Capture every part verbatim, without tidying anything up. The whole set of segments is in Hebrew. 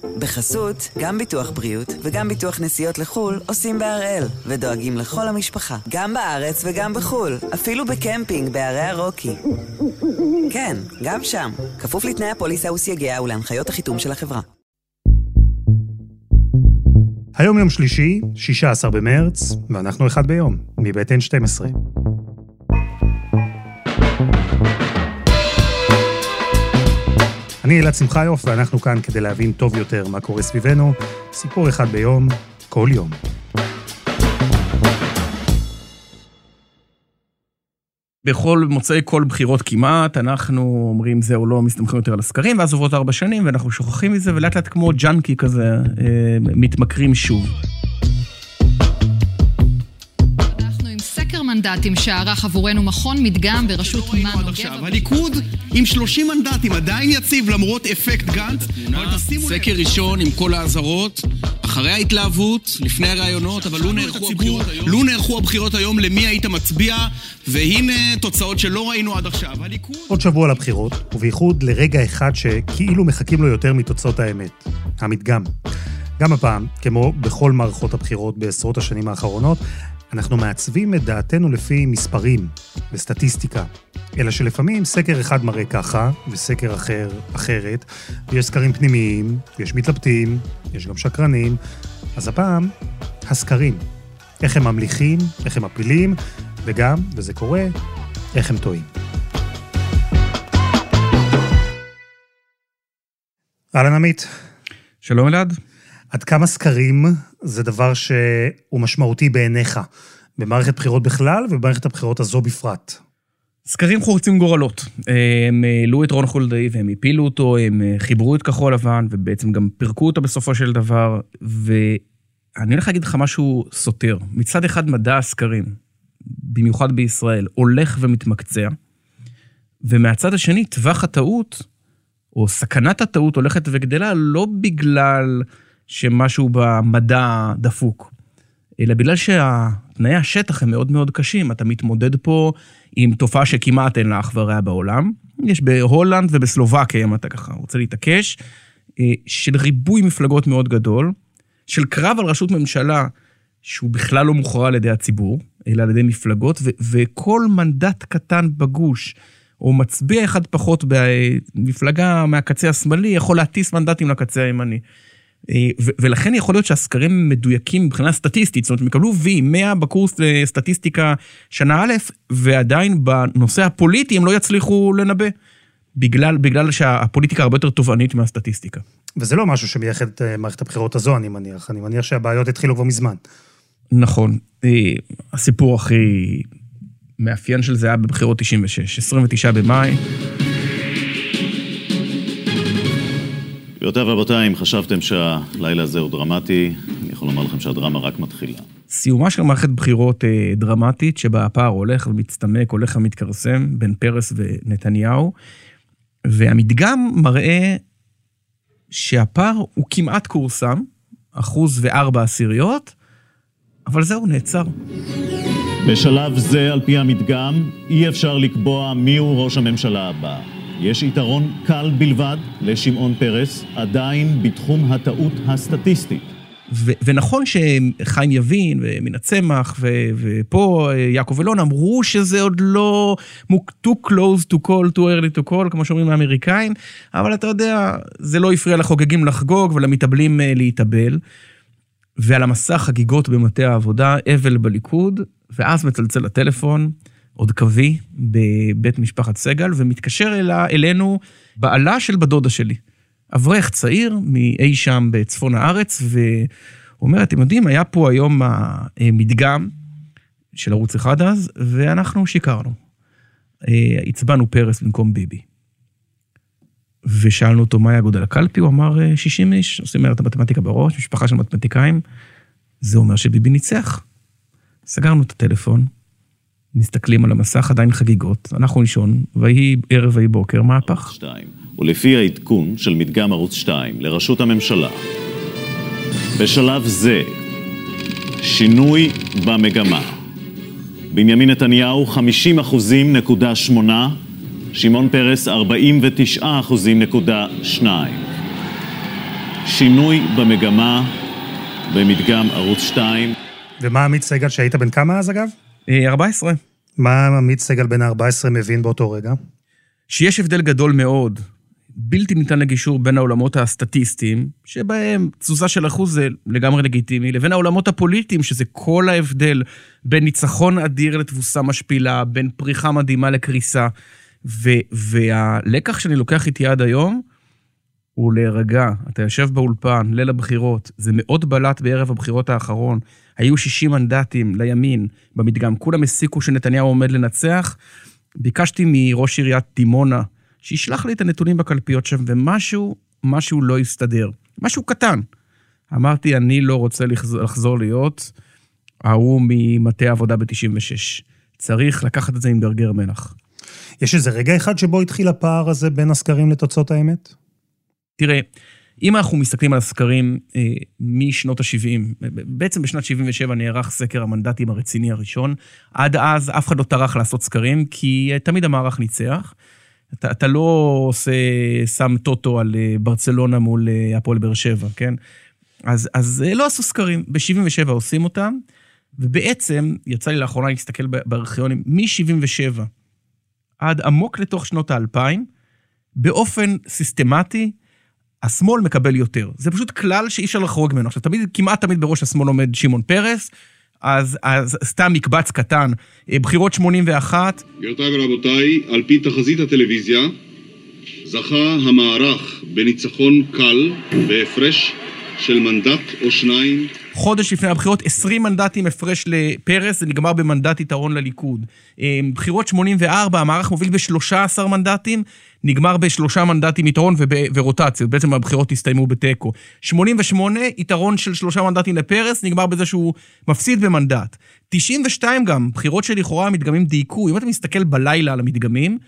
בחסות, גם ביטוח בריאות וגם ביטוח נסיעות לחול עושים בהראל, ודואגים לכל המשפחה, גם בארץ וגם בחול, אפילו בקמפינג בערי הרוקי. כן, גם שם, כפוף לתנאי הפוליסה וסייגיה ולהנחיות החיתום של החברה. היום יום שלישי, שישה עשר במרץ, ואנחנו אחד ביום, מבית אן שתים עשרה. אני אלעד שמחיוף, ואנחנו כאן כדי להבין טוב יותר מה קורה סביבנו. סיפור אחד ביום, כל יום. בכל מוצאי כל בחירות כמעט, אנחנו אומרים זהו לא מסתמכים יותר על הסקרים, ואז עוברות ארבע שנים, ואנחנו שוכחים מזה, ולאט לאט כמו ג'אנקי כזה, מתמכרים שוב. סקר מנדטים שערך עבורנו מכון מדגם בראשות מנו גבע. הליכוד עם שלושים מנדטים עדיין יציב למרות אפקט גנץ. סקר ראשון עם כל האזהרות, אחרי ההתלהבות, לפני הרעיונות, אבל לא נערכו הבחירות היום למי היית מצביע, והנה תוצאות שלא ראינו עד עכשיו. עוד שבוע לבחירות, ובייחוד לרגע אחד שכאילו מחכים לו יותר מתוצאות האמת, המדגם. גם הפעם, כמו בכל מערכות הבחירות בעשרות השנים האחרונות, אנחנו מעצבים את דעתנו לפי מספרים וסטטיסטיקה, אלא שלפעמים סקר אחד מראה ככה, וסקר אחר אחרת, ויש סקרים פנימיים, יש מתלבטים, יש גם שקרנים, אז הפעם, הסקרים, איך הם ממליכים, איך הם מפילים, וגם, וזה קורה, איך הם טועים. אהלן עמית. שלום אלעד. עד כמה סקרים זה דבר שהוא משמעותי בעיניך, במערכת בחירות בכלל ובמערכת הבחירות הזו בפרט? סקרים חורצים גורלות. הם העלו את רון חולדאי והם הפילו אותו, הם חיברו את כחול לבן ובעצם גם פירקו אותו בסופו של דבר, ואני הולך להגיד לך משהו סותר. מצד אחד מדע הסקרים, במיוחד בישראל, הולך ומתמקצע, ומהצד השני טווח הטעות, או סכנת הטעות הולכת וגדלה, לא בגלל שמשהו במדע דפוק, אלא בגלל שהתנאי השטח הם מאוד מאוד קשים. אתה מתמודד פה עם תופעה שכמעט אין לה אח ורע בעולם. יש בהולנד ובסלובקיה, אם אתה ככה רוצה להתעקש, של ריבוי מפלגות מאוד גדול, של קרב על ראשות ממשלה, שהוא בכלל לא מוכרע על ידי הציבור, אלא על ידי מפלגות, ו- וכל מנדט קטן בגוש, או מצביע אחד פחות במפלגה מהקצה השמאלי, יכול להטיס מנדטים לקצה הימני. ולכן יכול להיות שהסקרים מדויקים מבחינה סטטיסטית, זאת אומרת, הם יקבלו וי, מאה בקורס סטטיסטיקה שנה א', ועדיין בנושא הפוליטי הם לא יצליחו לנבא, בגלל, בגלל שהפוליטיקה הרבה יותר תובענית מהסטטיסטיקה. וזה לא משהו שמייחד את מערכת הבחירות הזו, אני מניח. אני מניח שהבעיות התחילו כבר מזמן. נכון. הסיפור הכי מאפיין של זה היה בבחירות תשעים ושש, עשרים ותשעה במאי. גבירותיי ורבותיי, אם חשבתם שהלילה הזה הוא דרמטי, אני יכול לומר לכם שהדרמה רק מתחילה. סיומה של מערכת בחירות דרמטית, שבה הפער הולך ומצטמק, הולך ומתכרסם, בין פרס ונתניהו, והמדגם מראה שהפער הוא כמעט קורסם, אחוז וארבע עשיריות, אבל זהו, נעצר. בשלב זה, על פי המדגם, אי אפשר לקבוע מיהו ראש הממשלה הבא. יש יתרון קל בלבד לשמעון פרס, עדיין בתחום הטעות הסטטיסטית. ו- ונכון שחיים יבין ומן הצמח ו- ופה יעקב אלון אמרו שזה עוד לא too close to call, too early to call, כמו שאומרים האמריקאים, אבל אתה יודע, זה לא הפריע לחוגגים לחגוג ולמתאבלים להתאבל, ועל המסך חגיגות במטה העבודה, אבל בליכוד, ואז מצלצל הטלפון, עוד קווי בבית משפחת סגל, ומתקשר אלה, אלינו בעלה של בדודה שלי. אברך צעיר מאי שם בצפון הארץ, ואומר, אתם יודעים, היה פה היום המדגם של ערוץ אחד אז, ואנחנו שיקרנו. הצבענו פרס במקום ביבי. ושאלנו אותו מה היה גודל הקלפי, הוא אמר שישים איש, עושים את המתמטיקה בראש, משפחה של מתמטיקאים, זה אומר שביבי ניצח. סגרנו את הטלפון, מסתכלים על המסך, עדיין חגיגות, אנחנו לישון, והיא ערב והיא בוקר, מהפך. ולפי העדכון של מדגם ערוץ שתיים לראשות הממשלה, בשלב זה, שינוי במגמה. בנימין נתניהו חמישים אחוזים נקודה שמונה, שמעון פרס ארבעים ותשעה אחוזים נקודה שתיים. שינוי במגמה במדגם ערוץ שתיים. ומה עמית סגל, שהיית בן כמה אז אגב? ארבע עשרה. מה עמית סגל בן ארבע עשרה מבין באותו רגע? שיש הבדל גדול מאוד, בלתי ניתן לגישור בין העולמות הסטטיסטיים, שבהם תזוזה של אחוז זה לגמרי לגיטימי, לבין העולמות הפוליטיים, שזה כל ההבדל בין ניצחון אדיר לתבוסה משפילה, בין פריחה מדהימה לקריסה, ו- והלקח שאני לוקח איתי עד היום, הוא להירגע. אתה יושב באולפן, ליל הבחירות, זה מאוד בלט בערב הבחירות האחרון, היו שישים מנדטים לימין במדגם, כולם הסיקו שנתניהו עומד לנצח, ביקשתי מראש עיריית דימונה, שישלח לי את הנתונים בקלפיות שם, ומשהו, משהו לא יסתדר. משהו קטן. אמרתי, אני לא רוצה לחזור, לחזור להיות ההוא ממטה העבודה ב-תשעים ושש. צריך לקחת את זה עם גרגר מלח. יש איזה רגע אחד שבו התחיל הפער הזה בין הסקרים לתוצאות האמת? תראה, אם אנחנו מסתכלים על הסקרים אה, משנות ה-שבעים, בעצם בשנת שבעים ושבע נערך סקר המנדטים הרציני הראשון, עד אז אף אחד לא טרח לעשות סקרים, כי תמיד המערך ניצח. אתה, אתה לא עושה, שם טוטו על ברצלונה מול הפועל באר שבע, כן? אז, אז לא עשו סקרים, ב-שבעים ושבע עושים אותם, ובעצם יצא לי לאחרונה להסתכל בארכיונים, מ-שבעים ושבע עד עמוק לתוך שנות האלפיים, באופן סיסטמטי, השמאל מקבל יותר. זה פשוט כלל שאי אפשר לחרוג ממנו. עכשיו, תמיד, כמעט תמיד בראש השמאל עומד שמעון פרס, אז, אז סתם מקבץ קטן, בחירות שמונים ואחת. גבירותיי ורבותיי, על פי תחזית הטלוויזיה, זכה המערך בניצחון קל, בהפרש של מנדט או שניים. חודש לפני הבחירות, עשרים מנדטים הפרש לפרס, זה נגמר במנדט יתרון לליכוד. בחירות שמונים וארבע, המערך מוביל ב-שלושה עשר מנדטים, נגמר בשלושה מנדטים יתרון ורוטציות, בעצם הבחירות הסתיימו בטקו. שמונים ושמונה, יתרון של שלושה מנדטים לפרס, נגמר בזה שהוא מפסיד במנדט. תשעים ושתיים גם, בחירות שלכאורה המדגמים דייקו, אם אתה מסתכל בלילה על המדגמים,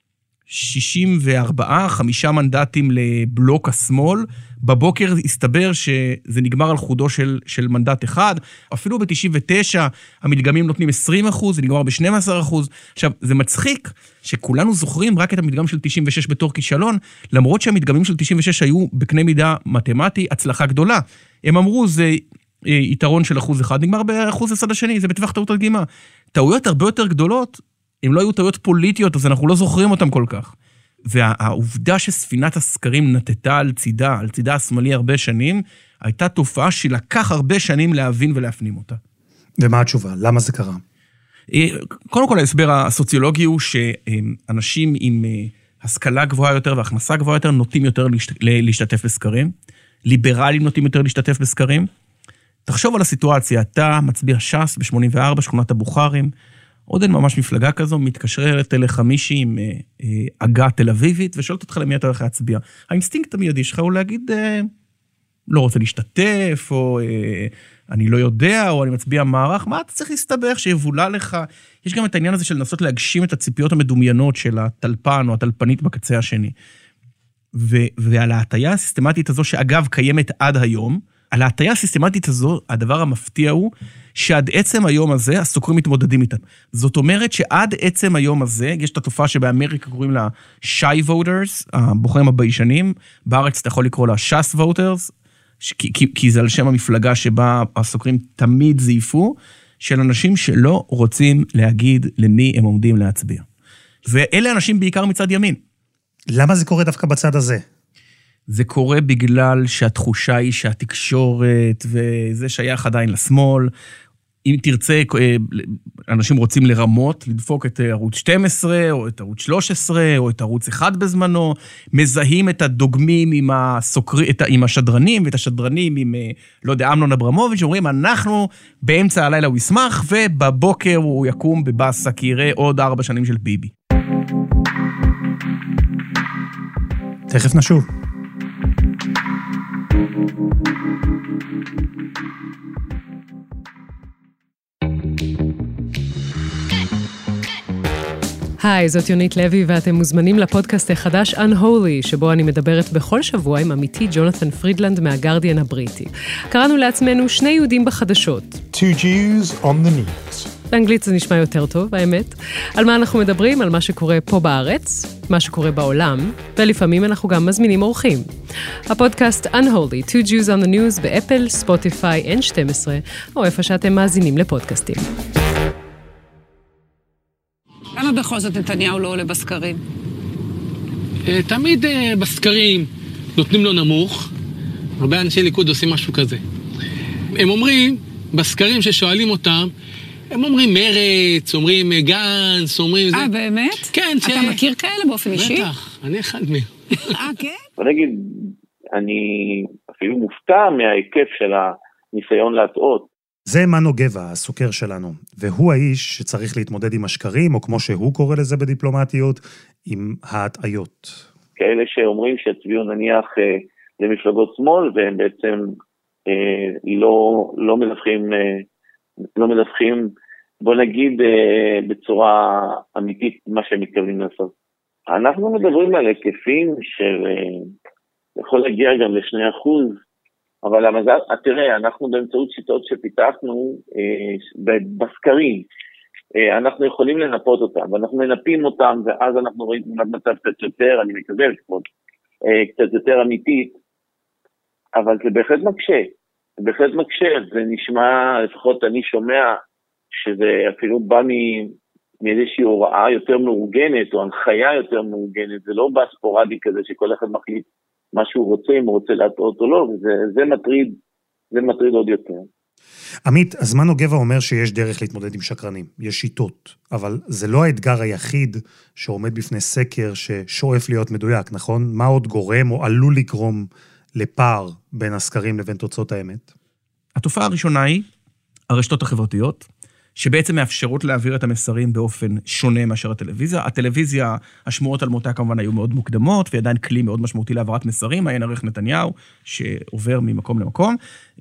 שישים וארבע, חמישה מנדטים לבלוק השמאל, בבוקר הסתבר שזה נגמר על חודו של, של מנדט אחד, אפילו ב-תשעים ותשע המדגמים נותנים עשרים אחוז, זה נגמר ב-שנים עשר אחוז. עכשיו, זה מצחיק שכולנו זוכרים רק את המדגם של תשעים ושש בתור כישלון, למרות שהמדגמים של תשעים ושש היו בקנה מידה מתמטי, הצלחה גדולה. הם אמרו, זה יתרון של אחוז אחד, נגמר באחוז הצד השני, זה בטווח טעות הדגימה. טעויות הרבה יותר גדולות, אם לא היו טעויות פוליטיות, אז אנחנו לא זוכרים אותם כל כך. והעובדה שספינת הסקרים נטטה על צידה, על צידה השמאלי הרבה שנים, הייתה תופעה שלקח הרבה שנים להבין ולהפנים אותה. ומה התשובה? למה זה קרה? קודם כל, ההסבר הסוציולוגי הוא שאנשים עם השכלה גבוהה יותר והכנסה גבוהה יותר נוטים יותר להשתתף בסקרים, ליברלים נוטים יותר להשתתף בסקרים. תחשוב על הסיטואציה, אתה מצביע ש"ס ב-שמונים וארבע, שכונת הבוכרים, עוד אין ממש מפלגה כזו, מתקשרת אליך מישהי עם עגה תל אביבית, ושואלת אותך למי אתה הולך להצביע. האינסטינקט המיידי שלך הוא להגיד, לא רוצה להשתתף, או אני לא יודע, או אני מצביע מערך, מה אתה צריך להסתבך, שיבולה לך? יש גם את העניין הזה של לנסות להגשים את הציפיות המדומיינות של הטלפן או הטלפנית בקצה השני. ועל ההטיה הסיסטמטית הזו, שאגב קיימת עד היום, על ההטיה הסיסטמטית הזו, הדבר המפתיע הוא, שעד עצם היום הזה, הסוקרים מתמודדים איתם. זאת אומרת שעד עצם היום הזה, יש את התופעה שבאמריקה קוראים לה שי ווטרס, הבוחרים הביישנים, בארץ אתה יכול לקרוא לה ש"ס ווטרס, כי, כי, כי זה על שם המפלגה שבה הסוקרים תמיד זייפו, של אנשים שלא רוצים להגיד למי הם עומדים להצביע. ואלה אנשים בעיקר מצד ימין. למה זה קורה דווקא בצד הזה? זה קורה בגלל שהתחושה היא שהתקשורת וזה שייך עדיין לשמאל. אם תרצה, אנשים רוצים לרמות, לדפוק את ערוץ שתים עשרה, או את ערוץ שלוש עשרה, או את ערוץ אחד בזמנו, מזהים את הדוגמים עם, הסוקר... את... עם השדרנים, ואת השדרנים עם, לא יודע, אמנון אברמוביץ', אומרים, אנחנו באמצע הלילה הוא ישמח, ובבוקר הוא יקום בבאסה, כי יראה עוד ארבע שנים של ביבי. תכף נשוב. היי, זאת יונית לוי, ואתם מוזמנים לפודקאסט החדש Unholy, שבו אני מדברת בכל שבוע עם עמיתי ג'ונתן פרידלנד מהגרדיאן הבריטי. קראנו לעצמנו שני יהודים בחדשות. Two Jews on the news. באנגלית זה נשמע יותר טוב, האמת. על מה אנחנו מדברים? על מה שקורה פה בארץ, מה שקורה בעולם, ולפעמים אנחנו גם מזמינים אורחים. הפודקאסט Unholy, Two Jews on the News באפל, ספוטיפיי, אן שתים עשרה, או איפה שאתם מאזינים לפודקאסטים. למה בכל זאת נתניהו לא עולה בסקרים? תמיד בסקרים נותנים לו נמוך, הרבה אנשי ליכוד עושים משהו כזה. הם אומרים, בסקרים ששואלים אותם, הם אומרים מרץ, אומרים גנץ, אומרים זה... אה, באמת? כן, ש... אתה מכיר כאלה באופן אישי? בטח, אני אחד מהם. אה, כן? בוא נגיד, אני אפילו מופתע מההיקף של הניסיון להטעות. זה מנו גבע, הסוקר שלנו, והוא האיש שצריך להתמודד עם השקרים, או כמו שהוא קורא לזה בדיפלומטיות, עם ההטעיות. כאלה שאומרים שהצביעו נניח אה, למפלגות שמאל, והם בעצם אה, לא, לא מדווחים, אה, לא מדווחים, בוא נגיד אה, בצורה אמיתית מה שהם מתכוונים לעשות. אנחנו מדברים על היקפים של, אה, יכול להגיע גם לשני אחוז, אבל המזל, תראה, אנחנו באמצעות שיטות שפיתחנו אה, בסקרים, אה, אנחנו יכולים לנפות אותם, ואנחנו מנפים אותם, ואז אנחנו רואים תמונת מצב קצת יותר, אני מקווה לפחות, אה, קצת יותר אמיתית, אבל זה בהחלט מקשה, זה בהחלט מקשה, זה נשמע, לפחות אני שומע, שזה אפילו בא מאיזושהי הוראה יותר מאורגנת, או הנחיה יותר מאורגנת, זה לא בא ספורדי כזה שכל אחד מחליט, מה שהוא רוצה, אם הוא רוצה להטעות או לא, וזה זה מטריד, זה מטריד עוד יותר. עמית, אז מנו גבע אומר שיש דרך להתמודד עם שקרנים, יש שיטות, אבל זה לא האתגר היחיד שעומד בפני סקר ששואף להיות מדויק, נכון? מה עוד גורם או עלול לגרום לפער בין הסקרים לבין תוצאות האמת? התופעה הראשונה היא הרשתות החברתיות, שבעצם מאפשרות להעביר את המסרים באופן שונה מאשר הטלוויזיה. הטלוויזיה, השמועות על מותה כמובן היו מאוד מוקדמות, ועדיין כלי מאוד משמעותי להעברת מסרים, העין ערך נתניהו, שעובר ממקום למקום,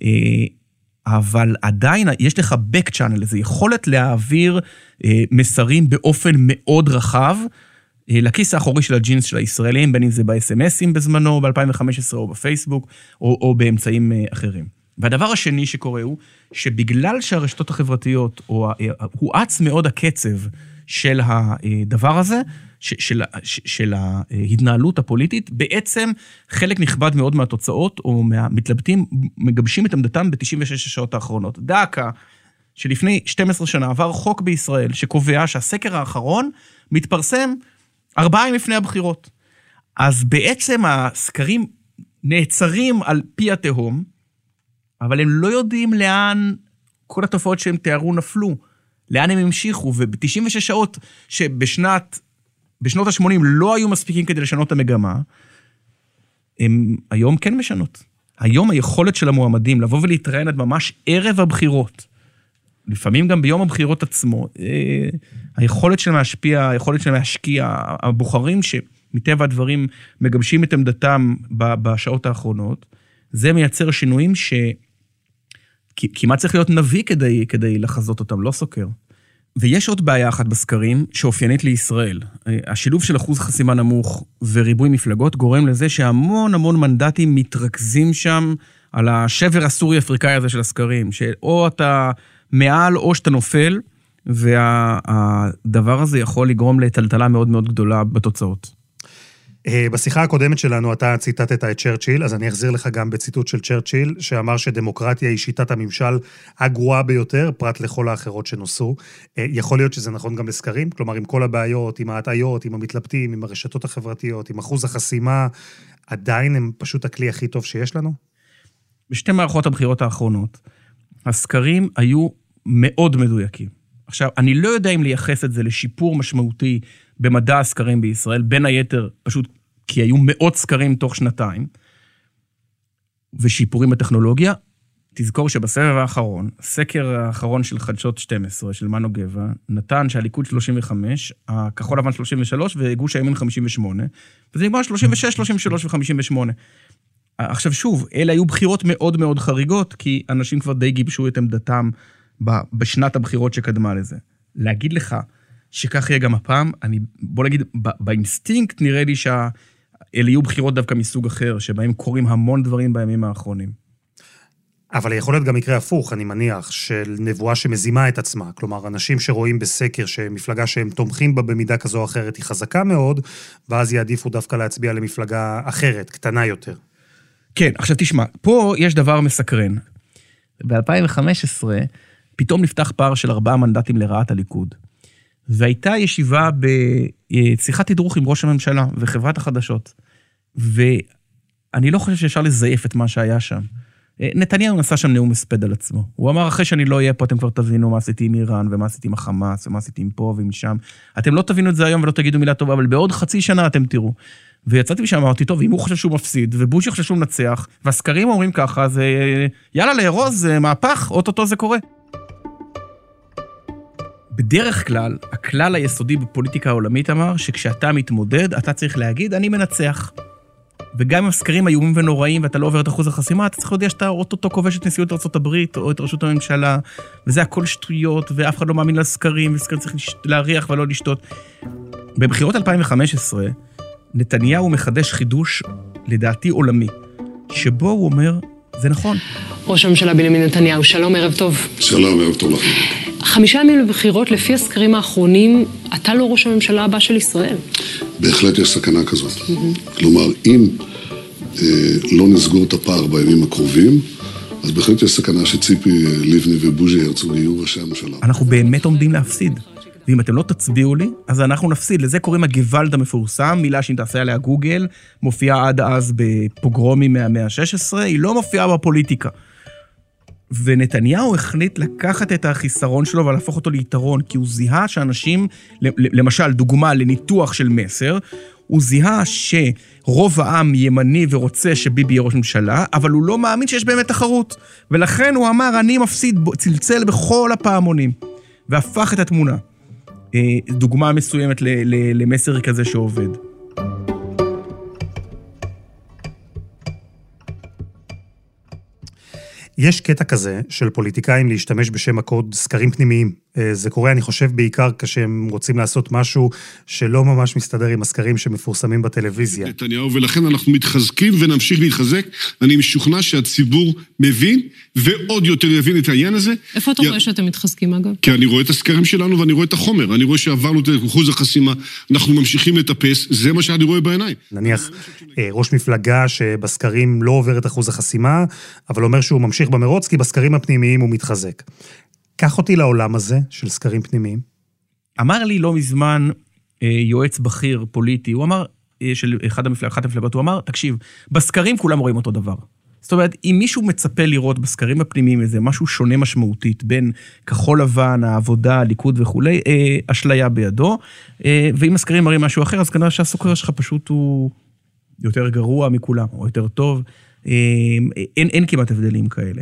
אבל עדיין יש לך back channel, איזו יכולת להעביר מסרים באופן מאוד רחב, לכיס האחורי של הג'ינס של הישראלים, בין אם זה ב-אס אם אסים בזמנו, ב-אלפיים וחמש עשרה או בפייסבוק, או, או באמצעים אחרים. והדבר השני שקורה הוא, שבגלל שהרשתות החברתיות, או הואץ מאוד הקצב של הדבר הזה, של, של ההתנהלות הפוליטית, בעצם חלק נכבד מאוד מהתוצאות, או מהמתלבטים, מגבשים את עמדתם ב-תשעים ושש השעות האחרונות. דאקה, שלפני שתים עשרה שנה עבר חוק בישראל, שקובע שהסקר האחרון מתפרסם ארבעה ימים לפני הבחירות. אז בעצם הסקרים נעצרים על פי התהום, אבל הם לא יודעים לאן כל התופעות שהם תיארו נפלו, לאן הם המשיכו, וב-תשעים ושש שעות שבשנת, בשנות ה-שמונים לא היו מספיקים כדי לשנות את המגמה, הם היום כן משנות. היום היכולת של המועמדים לבוא ולהתראיין עד ממש ערב הבחירות, לפעמים גם ביום הבחירות עצמו, היכולת של להשפיע, היכולת של להשקיע, הבוחרים שמטבע הדברים מגבשים את עמדתם בשעות האחרונות, זה מייצר שינויים שכמעט צריך להיות נביא כדי, כדי לחזות אותם, לא סוקר. ויש עוד בעיה אחת בסקרים שאופיינית לישראל. השילוב של אחוז חסימה נמוך וריבוי מפלגות גורם לזה שהמון המון מנדטים מתרכזים שם על השבר הסורי-אפריקאי הזה של הסקרים, שאו אתה מעל או שאתה נופל, והדבר הזה יכול לגרום לטלטלה מאוד מאוד גדולה בתוצאות. בשיחה הקודמת שלנו אתה ציטטת את צ'רצ'יל, אז אני אחזיר לך גם בציטוט של צ'רצ'יל, שאמר שדמוקרטיה היא שיטת הממשל הגרועה ביותר, פרט לכל האחרות שנוסו. יכול להיות שזה נכון גם לסקרים, כלומר עם כל הבעיות, עם ההטעיות, עם המתלבטים, עם הרשתות החברתיות, עם אחוז החסימה, עדיין הם פשוט הכלי הכי טוב שיש לנו? בשתי מערכות הבחירות האחרונות, הסקרים היו מאוד מדויקים. עכשיו, אני לא יודע אם לייחס את זה לשיפור משמעותי במדע הסקרים בישראל, בין היתר פשוט כי היו מאות סקרים תוך שנתיים, ושיפורים בטכנולוגיה. תזכור שבסבב האחרון, הסקר האחרון של חדשות שתים עשרה, של מנו גבע, נתן שהליכוד שלושים וחמש, הכחול לבן שלושים ושלוש, וגוש הימין חמישים ושמונה, וזה נגמר שלושים ושש, שלושים ושלוש ו-חמישים ושמונה. עכשיו שוב, אלה היו בחירות מאוד מאוד חריגות, כי אנשים כבר די גיבשו את עמדתם בשנת הבחירות שקדמה לזה. להגיד לך שכך יהיה גם הפעם, אני, בוא נגיד, באינסטינקט נראה לי שאלה יהיו בחירות דווקא מסוג אחר, שבהם קורים המון דברים בימים האחרונים. אבל יכול להיות גם מקרה הפוך, אני מניח, של נבואה שמזימה את עצמה. כלומר, אנשים שרואים בסקר שמפלגה שהם תומכים בה במידה כזו או אחרת היא חזקה מאוד, ואז יעדיפו דווקא להצביע למפלגה אחרת, קטנה יותר. כן, עכשיו תשמע, פה יש דבר מסקרן. ב-אלפיים וחמש עשרה פתאום נפתח פער של ארבעה מנדטים לרעת הליכוד. והייתה ישיבה בשיחת תדרוך עם ראש הממשלה וחברת החדשות. ואני לא חושב שאפשר לזייף את מה שהיה שם. נתניהו נסע שם נאום מספד על עצמו. הוא אמר, אחרי שאני לא אהיה פה, אתם כבר תבינו מה עשיתי עם איראן, ומה עשיתי עם החמאס, ומה עשיתי עם פה ומשם. אתם לא תבינו את זה היום ולא תגידו מילה טובה, אבל בעוד חצי שנה אתם תראו. ויצאתי משם, אמרתי, טוב, אם הוא חושב שהוא מפסיד, ובושי חושב שהוא מנצח, והסקרים אומרים ככה, אז יאללה, לארוז, מהפך, אוטוטו זה קורה. בדרך כלל, הכלל היסודי בפוליטיקה העולמית אמר, שכשאתה מתמודד, אתה צריך להגיד, אני מנצח. וגם אם הסקרים איומים ונוראים, ואתה לא עובר את אחוז החסימה, אתה צריך להודיע שאתה אוטוטו כובש את נשיאות ארצות הברית, או את ראשות הממשלה, וזה הכל שטויות, ואף אחד לא מאמין לסקרים, וסקרים צריך להריח ולא לשתות. בבחירות אלפיים וחמש עשרה, נתניהו מחדש חידוש, לדעתי עולמי, שבו הוא אומר, זה נכון. ראש הממשלה בנימין נתניהו, שלום, ערב טוב. שלום, ערב טוב לכם. חמישה ימים לבחירות, לפי הסקרים האחרונים, אתה לא ראש הממשלה הבא של ישראל. בהחלט יש סכנה כזאת. Mm-hmm. כלומר, אם אה, לא נסגור את הפער בימים הקרובים, אז בהחלט יש סכנה שציפי לבני ובוז'י הרצוג יהיו ראשי הממשלה. אנחנו באמת עומדים להפסיד. ואם אתם לא תצביעו לי, אז אנחנו נפסיד. לזה קוראים הגוואלד המפורסם, מילה שאם תעשה עליה גוגל, מופיעה עד אז בפוגרומים מהמאה ה-שש עשרה, היא לא מופיעה בפוליטיקה. ונתניהו החליט לקחת את החיסרון שלו ולהפוך אותו ליתרון, כי הוא זיהה שאנשים, למשל, דוגמה לניתוח של מסר, הוא זיהה שרוב העם ימני ורוצה שביבי יהיה ראש ממשלה, אבל הוא לא מאמין שיש באמת תחרות. ולכן הוא אמר, אני מפסיד, צלצל בכל הפעמונים, והפך את התמונה. דוגמה מסוימת למסר כזה שעובד. יש קטע כזה של פוליטיקאים להשתמש בשם הקוד סקרים פנימיים. זה קורה, אני חושב, בעיקר כשהם רוצים לעשות משהו שלא ממש מסתדר עם הסקרים שמפורסמים בטלוויזיה. נתניהו, ולכן אנחנו מתחזקים ונמשיך להתחזק. אני משוכנע שהציבור מבין ועוד יותר יבין את העניין הזה. איפה אתה רואה שאתם מתחזקים, אגב? כי אני רואה את הסקרים שלנו ואני רואה את החומר. אני רואה שעברנו את אחוז החסימה, אנחנו ממשיכים לטפס, זה מה שאני רואה בעיניים. נניח ראש מפלגה שבסקרים לא עובר את אחוז החסימה, אבל אומר שהוא ממשיך במרוץ, כי בסקרים הפנימיים הוא מתחזק. קח אותי לעולם הזה של סקרים פנימיים. אמר לי לא מזמן יועץ בכיר פוליטי, הוא אמר, של אחד המפלגות, אחת המפלגות, הוא אמר, תקשיב, בסקרים כולם רואים אותו דבר. זאת אומרת, אם מישהו מצפה לראות בסקרים הפנימיים איזה משהו שונה משמעותית, בין כחול לבן, העבודה, הליכוד וכולי, אה, אשליה בידו, אה, ואם הסקרים מראים משהו אחר, אז כנראה שהסוקר שלך פשוט הוא יותר גרוע מכולם, או יותר טוב. אה, אין, אין כמעט הבדלים כאלה.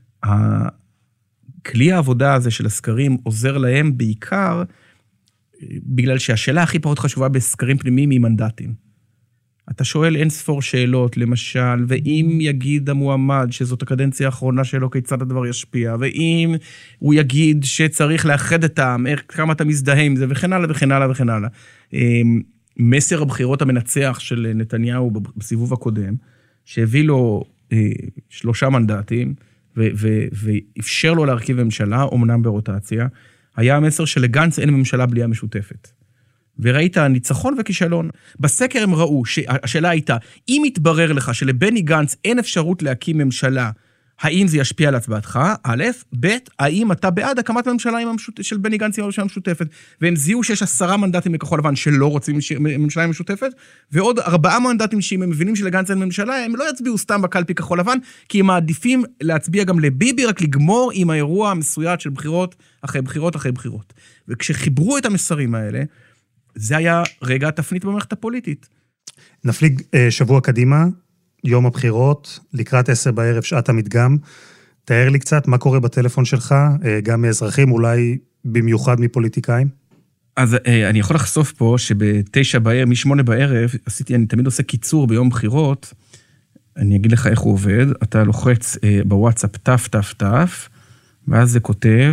כלי העבודה הזה של הסקרים עוזר להם בעיקר, בגלל שהשאלה הכי פחות חשובה בסקרים פנימיים היא מנדטים. אתה שואל אין ספור שאלות, למשל, ואם יגיד המועמד שזאת הקדנציה האחרונה שלו, כיצד הדבר ישפיע, ואם הוא יגיד שצריך לאחד את העם, כמה אתה מזדהה עם זה, וכן הלאה וכן הלאה וכן הלאה. מסר הבחירות המנצח של נתניהו בסיבוב הקודם, שהביא לו שלושה מנדטים, ואפשר לו להרכיב ממשלה, אומנם ברוטציה, היה המסר שלגנץ אין ממשלה בלי המשותפת. וראית ניצחון וכישלון. בסקר הם ראו שהשאלה הייתה, אם יתברר לך שלבני גנץ אין אפשרות להקים ממשלה, האם זה ישפיע על הצבעתך? א', ב', האם אתה בעד הקמת הממשלה של בני גנץ עם הממשלה המשותפת? והם זיהו שיש עשרה מנדטים לכחול לבן שלא רוצים ממשלה משותפת, ועוד ארבעה מנדטים שאם הם מבינים שלגנץ אין ממשלה, הם לא יצביעו סתם בקלפי כחול לבן, כי הם מעדיפים להצביע גם לביבי, רק לגמור עם האירוע המסויד של בחירות אחרי בחירות אחרי בחירות. וכשחיברו את המסרים האלה, זה היה רגע התפנית במערכת הפוליטית. נפליג שבוע קדימה, יום הבחירות, לקראת עשר בערב, שעת המדגם. תאר לי קצת מה קורה בטלפון שלך, גם מאזרחים, אולי במיוחד מפוליטיקאים. אז אני יכול לחשוף פה שבתשע בערב, משמונה בערב, עשיתי, אני תמיד עושה קיצור ביום בחירות, אני אגיד לך איך הוא עובד, אתה לוחץ בוואטסאפ תף תף תף, ואז זה כותב,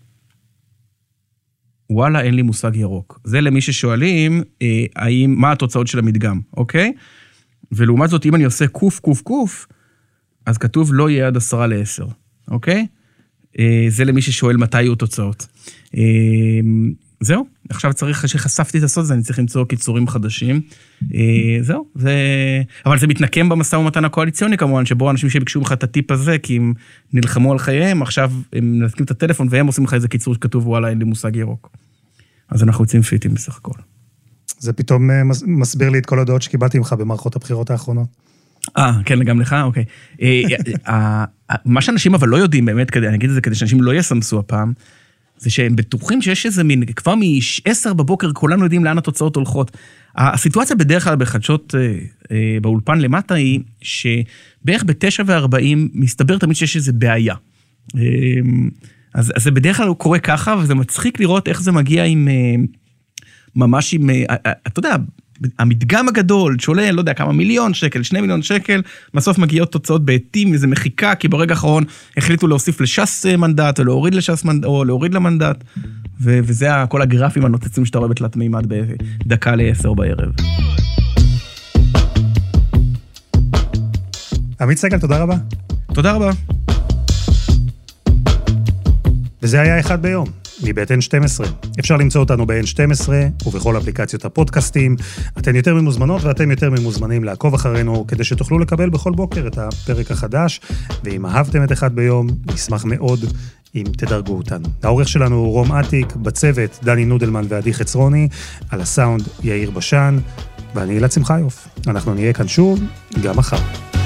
וואלה, אין לי מושג ירוק. זה למי ששואלים, האם, מה התוצאות של המדגם, אוקיי? ולעומת זאת, אם אני עושה קוף, קוף, קוף, אז כתוב לא יהיה עד עשרה לעשר, אוקיי? זה למי ששואל מתי יהיו תוצאות. זהו, עכשיו צריך, שחשפתי את הסוד הזה, אני צריך למצוא קיצורים חדשים. זהו, זה... אבל זה מתנקם במשא ומתן הקואליציוני כמובן, שבו אנשים שביקשו לך את הטיפ הזה, כי הם נלחמו על חייהם, עכשיו הם נתקים את הטלפון, והם עושים לך איזה קיצור שכתוב, וואלה, אין לי מושג ירוק. אז אנחנו יוצאים פיטים בסך הכל. זה פתאום מסביר לי את כל הדעות שקיבלתי ממך במערכות הבחירות האחרונות. אה, כן, גם לך? אוקיי. מה שאנשים אבל לא יודעים באמת, אני אגיד את זה כדי שאנשים לא יסמסו הפעם, זה שהם בטוחים שיש איזה מין, כבר מ-עשר בבוקר כולנו יודעים לאן התוצאות הולכות. הסיטואציה בדרך כלל בחדשות באולפן למטה היא, שבערך ב-תשע וארבעים מסתבר תמיד שיש איזה בעיה. אז זה בדרך כלל קורה ככה, וזה מצחיק לראות איך זה מגיע עם, ממש עם, אתה יודע, המדגם הגדול, שעולה, לא יודע, כמה מיליון שקל, שני מיליון שקל, בסוף מגיעות תוצאות בעתים, איזו מחיקה, כי ברגע האחרון החליטו להוסיף לש"ס מנדט, או להוריד לש"ס מנדט, או להוריד למנדט, ו- וזה כל הגרפים הנוצצים שאתה רואה בתלת מימד בדקה לעשר בערב. עמית סגל, תודה רבה. תודה רבה. וזה היה אחד ביום. מבית אן שתים עשרה. אפשר למצוא אותנו ב-אן שתים עשרה ובכל אפליקציות הפודקאסטים. אתן יותר ממוזמנות ואתם יותר ממוזמנים לעקוב אחרינו, כדי שתוכלו לקבל בכל בוקר את הפרק החדש, ואם אהבתם את אחד ביום, נשמח מאוד אם תדרגו אותנו. העורך שלנו הוא רום עתיק, בצוות דני נודלמן ועדי חצרוני, על הסאונד יאיר בשן, ואני אלעד שמחיוף. אנחנו נהיה כאן שוב, גם מחר.